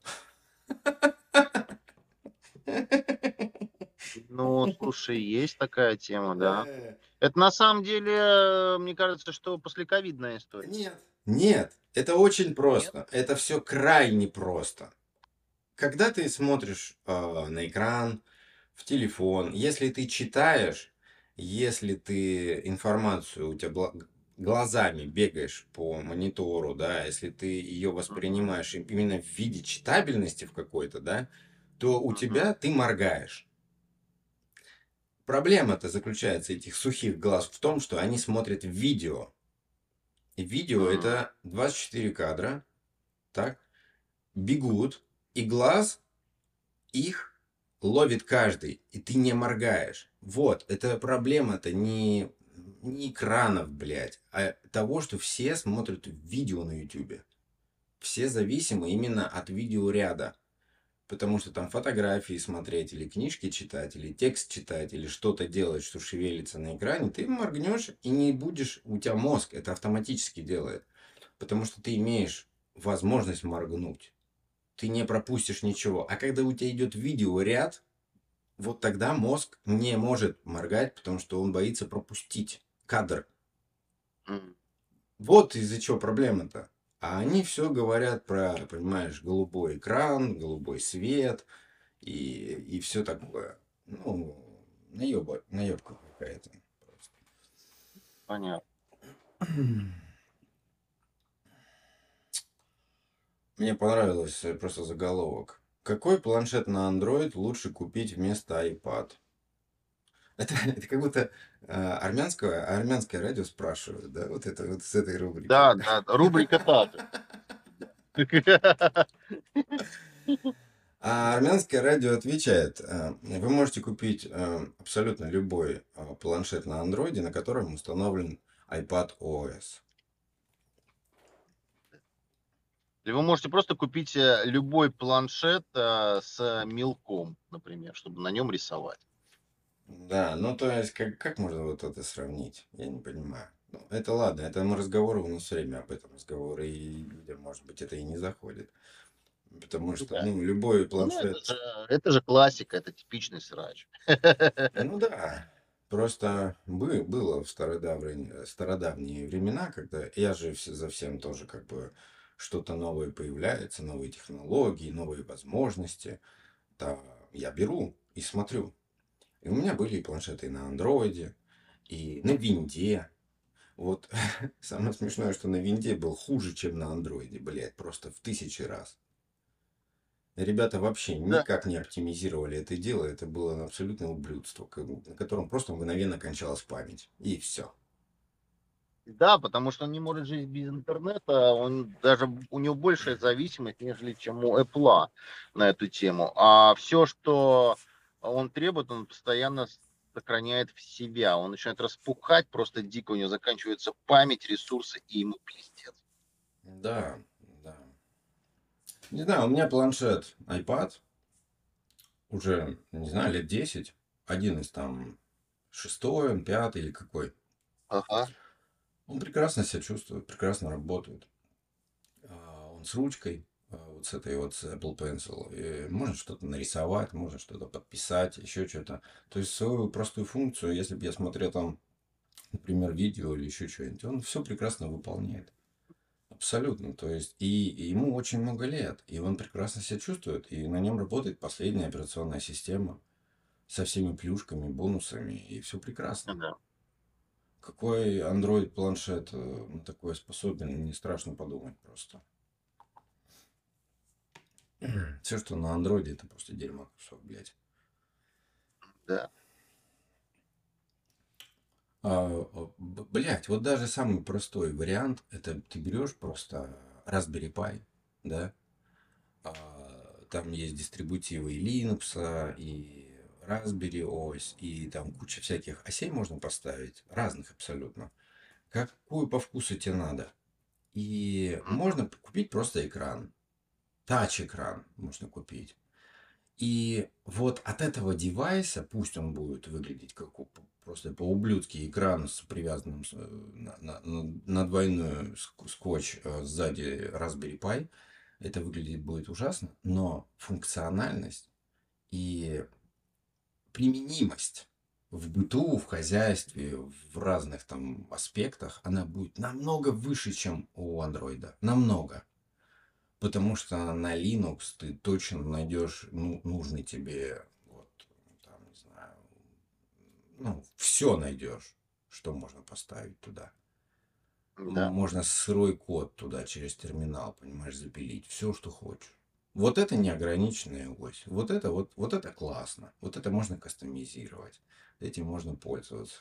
S1: Ну, слушай, есть такая тема, да.
S2: Э,
S1: Это на самом деле, мне кажется, что послековидная история.
S2: Нет, нет, это очень
S1: Нет?
S2: просто. Это все крайне просто. Когда ты смотришь на экран, в телефон, если ты читаешь, если ты информацию, у тебя глазами бегаешь по монитору, да, если ты ее
S1: Мгм.
S2: воспринимаешь именно в виде читабельности в какой-то, да, то у
S1: Мгм.
S2: тебя ты моргаешь. Проблема-то заключается этих сухих глаз в том, что они смотрят видео. И видео
S1: М.
S2: это 24 кадра, так, бегут, и глаз их ловит каждый, и ты не моргаешь. Вот, это проблема-то не экранов, блядь, а того, что все смотрят видео на ютубе. Все зависимы именно от видеоряда. Потому что там фотографии смотреть, или книжки читать, или текст читать, или что-то делать, что шевелится на экране, ты моргнешь и не будешь, у тебя мозг это автоматически делает. Потому что ты имеешь возможность моргнуть. Ты не пропустишь ничего. А когда у тебя идет видеоряд, вот тогда мозг не может моргать, потому что он боится пропустить кадр.
S1: М.
S2: Вот из-за чего проблема-то. А они все говорят про, понимаешь, голубой экран, голубой свет и все такое. Ну, наебка какая-то. Просто.
S1: Понятно.
S2: Мне понравилось просто заголовок. Какой планшет на Android лучше купить вместо iPad? Это как будто армянское радио спрашивают, да, вот это вот с этой рубрики.
S1: Да, да, рубрика та же.
S2: А армянское радио отвечает, вы можете купить абсолютно любой планшет на андроиде, на котором установлен iPad OS.
S1: И вы можете просто купить любой планшет с мелком, например, чтобы на нем рисовать.
S2: Да, ну то есть как можно вот это сравнить? Я не понимаю. Ну, это ладно, это мы разговоры, у нас все время об этом разговоры, и людям, может быть, это и не заходит. Потому что,
S1: Да.
S2: ну, любой
S1: Ну,
S2: планшет.
S1: это же классика, это типичный срач.
S2: Ну да, просто было в стародавние времена, когда я же за всем тоже как бы что-то новое появляется, новые технологии, новые возможности. Да, я беру и смотрю. И у меня были и планшеты и на андроиде, и на винде. Вот самое смешное, что на винде был хуже, чем на андроиде, блядь, просто в тысячи раз. Ребята вообще
S1: Да.
S2: никак не оптимизировали это дело. Это было абсолютное ублюдство, на котором просто мгновенно кончалась память. И все.
S1: Да, потому что он не может жить без интернета, он даже у него большая зависимость, нежели чем у Apple на эту тему. А все, что он требует, он постоянно сохраняет в себя. Он начинает распухать просто дико, у него заканчивается память, ресурсы, и ему пиздец.
S2: Да, да. Не знаю, у меня планшет iPad уже, не знаю, лет 10. Один из там шестой, он пятый или какой.
S1: Ага.
S2: Он прекрасно себя чувствует, прекрасно работает. Он с ручкой. вот с этой вот с Apple Pencil. Можно что-то нарисовать, можно что-то подписать, еще что-то. То есть свою простую функцию, если бы я смотрел там, например, видео или еще что-нибудь, он все прекрасно выполняет. Абсолютно. То есть и ему очень много лет, и он прекрасно себя чувствует, и на нем работает последняя операционная система со всеми плюшками, бонусами, и все прекрасно.
S1: Да.
S2: Какой Android планшет на такое способен, не страшно подумать просто. Все, что на андроиде, это просто дерьмо кусок, блядь.
S1: Да.
S2: Блядь, вот даже самый простой вариант, это ты берешь просто Raspberry Pi, да, там есть дистрибутивы и Linux, и Raspberry OS, и там куча всяких осей можно поставить, разных абсолютно. Какую по вкусу тебе надо. И
S1: Мгм.
S2: можно купить просто экран. Тач-экран можно купить. И вот от этого девайса, пусть он будет выглядеть как просто по-ублюдски экран с привязанным на двойную скотч сзади Raspberry Pi, это выглядит будет ужасно, но функциональность и применимость в быту, в хозяйстве, в разных там аспектах, она будет намного выше, чем у андроида. Намного. Потому что на Linux ты точно найдешь нужный тебе, вот, там, не знаю, ну, все найдешь, что можно поставить туда.
S1: Да.
S2: Можно сырой код туда через терминал, понимаешь, запилить. Все, что хочешь. Вот это неограниченная ось. Вот это классно. Вот это можно кастомизировать. Этим можно пользоваться.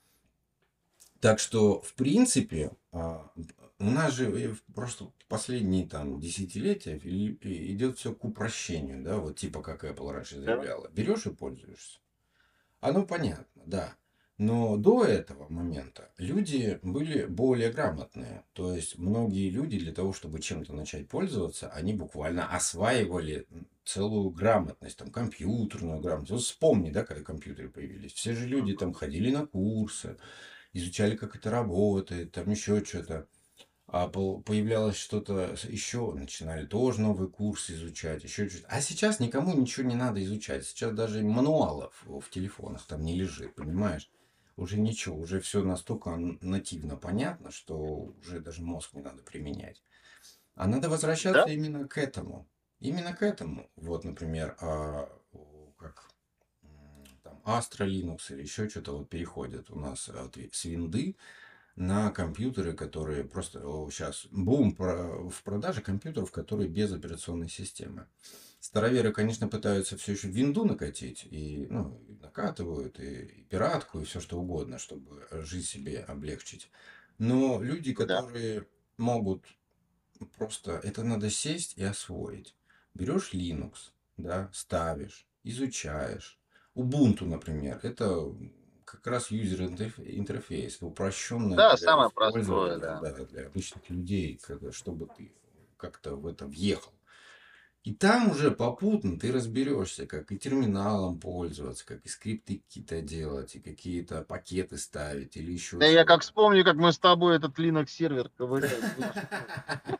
S2: Так что, в принципе, у нас же просто последние там десятилетия идет все к упрощению, да, вот типа как Apple раньше
S1: Да.
S2: заявляла. Берешь и пользуешься. Оно понятно, да. Но до этого момента люди были более грамотные. То есть многие люди для того, чтобы чем-то начать пользоваться, они буквально осваивали целую грамотность, там компьютерную грамотность. Вот вспомни, да, когда компьютеры появились. Все же люди там
S1: Мгм.
S2: ходили на курсы, изучали, как это работает, там еще что-то. А появлялось что-то еще, начинали тоже новый курс изучать, еще что-то. А сейчас никому ничего не надо изучать. Сейчас даже мануалов в телефонах там не лежит, понимаешь? Уже ничего, уже все настолько нативно понятно, что уже даже мозг не надо применять. А надо возвращаться
S1: Да.
S2: именно к этому. Именно к этому. Вот, например, как там Astra Linux или еще что-то вот переходит у нас с винды на компьютеры, которые просто сейчас бум в продаже компьютеров, которые без операционной системы. Староверы, конечно, пытаются все еще винду накатить, и, ну, и накатывают, и пиратку, и все что угодно, чтобы жизнь себе облегчить. Но люди,
S1: Да.
S2: которые могут просто, это надо сесть и освоить. Берешь Linux, да, ставишь, изучаешь. Ubuntu, например, это как раз интерфейс, упрощенное
S1: Да,
S2: для
S1: самое простое,
S2: использования,
S1: да.
S2: да, для обычных людей, чтобы ты как-то в это въехал. И там уже попутно ты разберешься, как и терминалом пользоваться, как и скрипты какие-то делать, и какие-то пакеты ставить, или еще
S1: Да я как
S2: чего-то.
S1: вспомню, как мы с тобой этот Linux сервер ковыряли. Господи.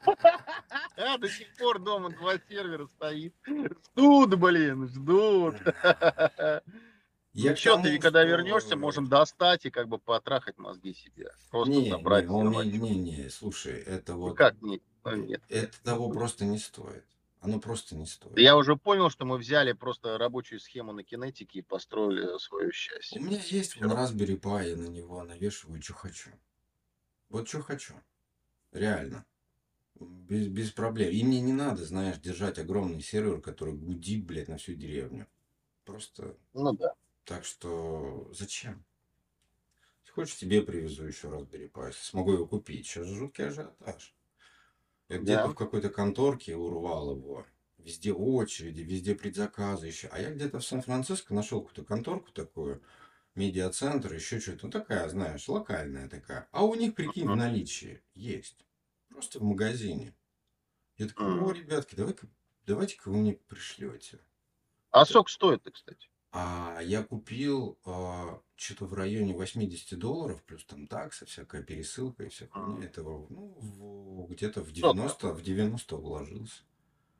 S1: До сих пор дома два сервера стоит. Ждут, блин, ждут.
S2: Я к
S1: Ничего, ты
S2: тому,
S1: когда вернешься,
S2: что
S1: можем достать и как бы потрахать мозги себе. Просто
S2: не,
S1: забрать
S2: он
S1: все
S2: не,
S1: ночью.
S2: не, слушай, это
S1: Ну
S2: вот,
S1: как нет? Ну, нет.
S2: это того просто не стоит. Оно просто не стоит.
S1: Я уже понял, что мы взяли просто рабочую схему на кинетике и построили свое
S2: У
S1: счастье.
S2: меня есть
S1: Все
S2: вон
S1: равно.
S2: Raspberry Pi, я на него навешиваю, что хочу. Вот что хочу. Реально. Без проблем. И мне не надо, знаешь, держать огромный сервер, который гудит, блядь, на всю деревню. Просто
S1: Ну да.
S2: так что зачем? Если хочешь, тебе привезу еще Raspberry Pi. Если смогу его купить. Сейчас жуткий ажиотаж. Я где-то
S1: Да.
S2: в какой-то конторке урвал его. Везде очереди, везде предзаказы еще. А я где-то в Сан-Франциско нашел какую-то конторку такую, медиацентр, еще что-то. Ну, такая, знаешь, локальная такая. А у них, прикинь, в
S1: Мгм.
S2: наличии есть. Просто в магазине. Я такой, о,
S1: М.
S2: ребятки, давайте-ка вы мне пришлете.
S1: А сок стоит, кстати.
S2: А я купил что-то в районе $80, плюс там такса, всякая пересылка и вся
S1: М.
S2: хуйня. Этого, ну, где-то в
S1: Что такое?
S2: 90 в 90 уложился.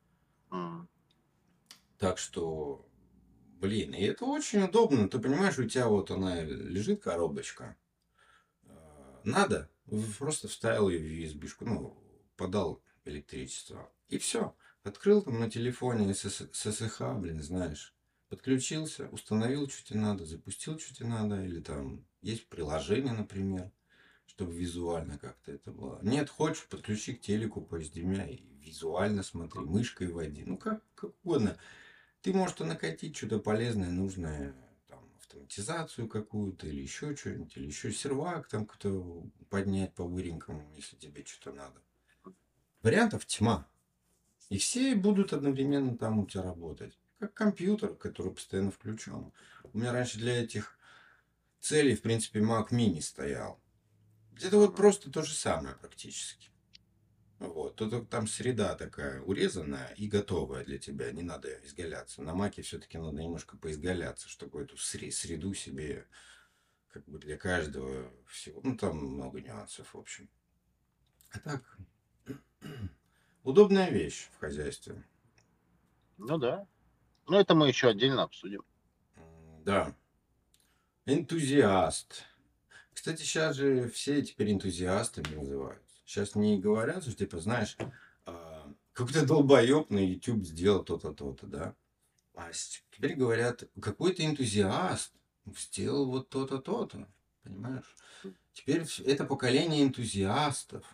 S1: М.
S2: Так что, блин, и это очень удобно. Ты понимаешь, у тебя вот она лежит коробочка. Надо, просто вставил ее в USB-шку, ну, подал электричество. И все. Открыл там на телефоне SSH, блин, знаешь. Подключился, установил, что тебе надо, запустил, что тебе надо. Или там есть приложение, например, чтобы визуально как-то это было. Нет, хочешь, подключи к телеку по HDMI и визуально смотри, мышкой вводи. Ну, как угодно. Ты можешь то накатить что-то полезное, нужное, там, автоматизацию какую-то, или еще что-нибудь, или еще сервак там кто поднять по выренкам, если тебе что-то надо. Вариантов тьма. И все будут одновременно там у тебя работать. Как компьютер, который постоянно включен. У меня раньше для этих целей, в принципе, Mac Mini стоял. Это вот
S1: Мгм.
S2: просто то же самое практически. Вот. Тут там среда такая урезанная и готовая для тебя. Не надо изгаляться. На маке все-таки надо немножко поизгаляться, чтобы эту среду себе как бы для каждого всего. Ну, там много нюансов, в общем. А так, удобная вещь в хозяйстве.
S1: Ну да. Но это мы еще отдельно обсудим.
S2: Да. Энтузиаст. Кстати, сейчас же все теперь энтузиастами называют. Сейчас не говорят, что, типа, знаешь, какой-то долбоеб на YouTube сделал то-то, то-то, да? Теперь говорят, какой-то энтузиаст сделал вот то-то, то-то. Понимаешь? Теперь это поколение энтузиастов.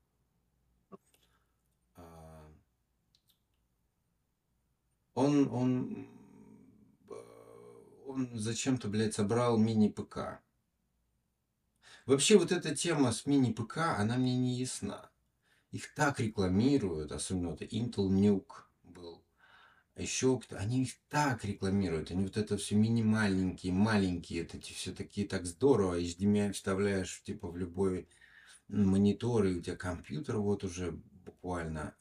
S2: А, Он, он зачем-то, блядь, собрал мини-ПК. Вообще вот эта тема с мини-ПК, она мне не ясна. Их так рекламируют, особенно вот Intel Nuke был. А еще кто они их так рекламируют. Они вот это все мини-маленькие, маленькие, вот эти все такие так здорово. HDMI вставляешь типа в любой монитор, и у тебя компьютер вот уже буквально.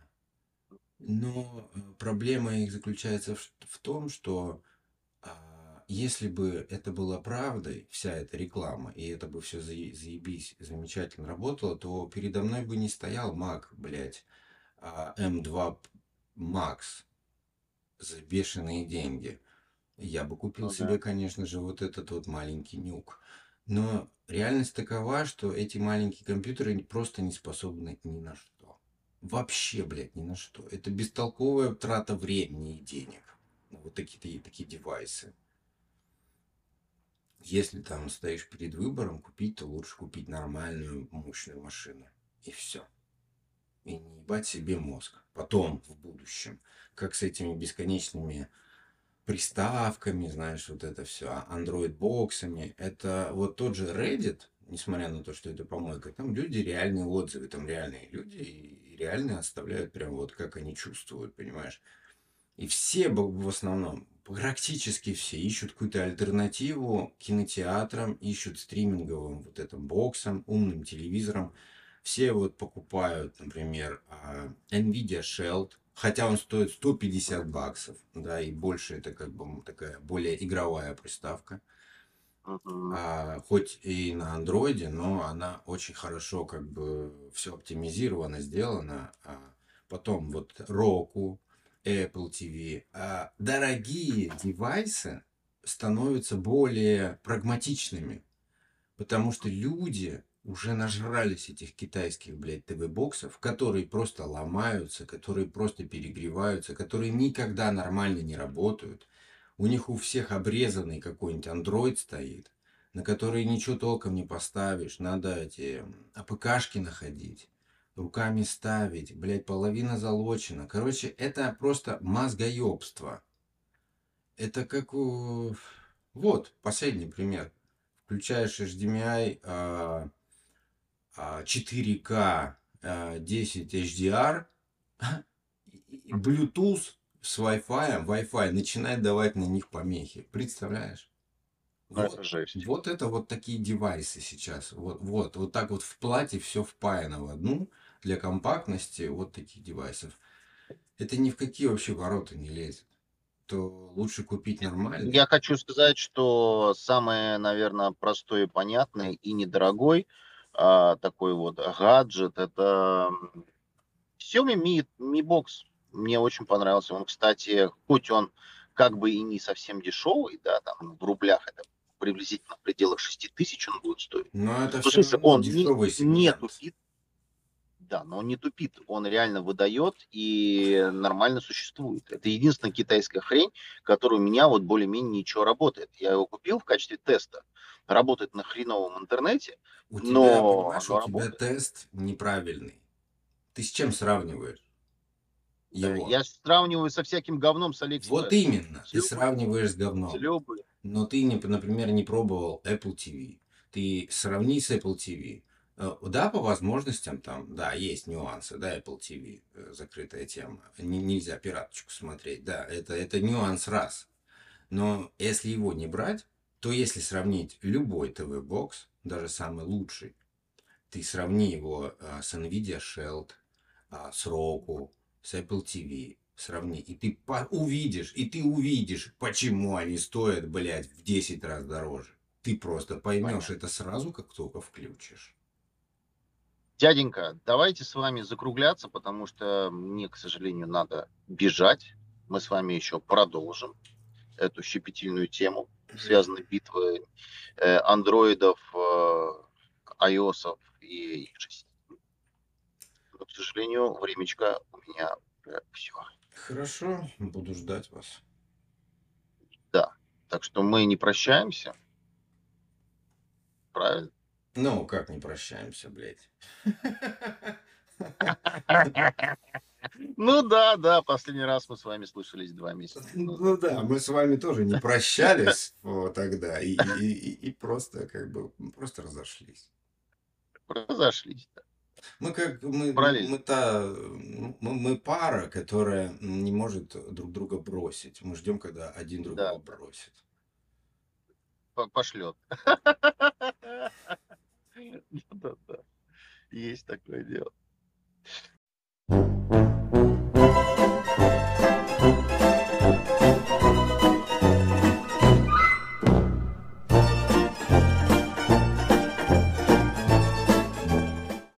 S2: Но проблема их заключается в том, что если бы это было правдой, вся эта реклама, и это бы все заебись, замечательно работало, то передо мной бы не стоял Mac, блядь, M2 Max за бешеные деньги. Я бы купил
S1: Ну да.
S2: себе, конечно же, вот этот вот маленький нюк. Но реальность такова, что эти маленькие компьютеры просто не способны ни на что. Вообще, блядь, ни на что. Это бестолковая трата времени и денег. Вот такие девайсы. Если там стоишь перед выбором купить, то лучше купить нормальную мощную машину. И все. И не ебать себе мозг. Потом, в будущем, как с этими бесконечными приставками, знаешь, вот это все, Android-боксами. Это вот тот же Reddit, несмотря на то, что это помойка, там люди реальные отзывы, там реальные люди и реально оставляют прям вот как они чувствуют, понимаешь? И все в основном, практически все, ищут какую-то альтернативу кинотеатрам, ищут стриминговым вот этим боксам, умным телевизором. Все вот покупают, например, Nvidia Shield, хотя он стоит 150 баксов, да, и больше это как бы такая более игровая приставка.
S1: Мгм.
S2: Хоть и на андроиде, но она очень хорошо как бы все оптимизировано, сделано. Потом вот Roku, Apple TV. Дорогие девайсы становятся более прагматичными, потому что люди уже нажрались этих китайских, блядь, ТВ-боксов, которые просто ломаются, которые просто перегреваются, которые никогда нормально не работают. У них у всех обрезанный какой-нибудь андроид стоит, на который ничего толком не поставишь. Надо эти АПКшки находить, руками ставить. Блядь, половина залочена. Короче, это просто мозгоебство. Это как вот, последний пример. Включаешь HDMI 4К 10 HDR, и Bluetooth с Wi-Fi начинает давать на них помехи. Представляешь?
S1: Ну это
S2: Вот,
S1: жесть.
S2: вот это вот такие девайсы сейчас. Вот так вот в плате все впаяно в одну для компактности вот таких девайсов. Это ни в какие вообще ворота не лезет. То лучше купить нормальный.
S1: Я хочу сказать, что самый, наверное, простой, понятный и недорогой такой вот гаджет — это Xiaomi Mi Box. мне очень понравился. Он, кстати, хоть он как бы и не совсем дешевый, да, там в рублях это приблизительно в пределах 6000 он будет стоить.
S2: Но это
S1: Ну, в
S2: все
S1: смысле,
S2: равно
S1: он
S2: дешевый
S1: не
S2: сегмент.
S1: тупит, да, но он не тупит, он реально выдает и нормально существует. Это единственная китайская хрень, которая у меня вот более-менее ничего работает. Я его купил в качестве теста. Работает на хреновом интернете,
S2: У тебя,
S1: но
S2: понимаешь, у
S1: оно
S2: тебя
S1: работает.
S2: тест неправильный. Ты с чем сравниваешь
S1: Да,
S2: его?
S1: я сравниваю со всяким говном с
S2: Вот
S1: Алиэкспресс.
S2: именно,
S1: С
S2: ты
S1: любым,
S2: сравниваешь с
S1: с
S2: говном.
S1: любым.
S2: Но ты, например, не пробовал Apple TV. Ты сравни с Apple TV. Да, по возможностям там, да, есть нюансы, да, Apple TV, закрытая тема. Нельзя пираточку смотреть, да, это нюанс раз. Но если его не брать, то если сравнить любой ТВ-бокс, даже самый лучший, ты сравни его с NVIDIA Shield, с Roku, с Apple TV, сравни, и ты увидишь, почему они стоят, блядь, в 10 раз дороже. Ты просто поймешь
S1: Понятно.
S2: это сразу, как только включишь.
S1: Дяденька, давайте с вами закругляться, потому что мне, к сожалению, надо бежать. Мы с вами еще продолжим эту щепетильную тему, связанной битвы андроидов, iOS и их же систем. Но, к сожалению, времечко у меня все.
S2: Хорошо, буду ждать вас.
S1: Да. Так что мы не прощаемся, правильно?
S2: Ну, как не прощаемся, блядь.
S1: Ну да, да, последний раз мы с вами слышались 2 месяца назад.
S2: Ну да, мы с вами тоже не прощались вот тогда и просто как бы просто разошлись.
S1: Разошлись, да.
S2: Мы как
S1: Параллельно.
S2: мы пара, которая не может друг друга бросить. Мы ждем, когда один другого
S1: Да, да.
S2: бросит.
S1: Пошлет. Да-да-да. Есть такое дело.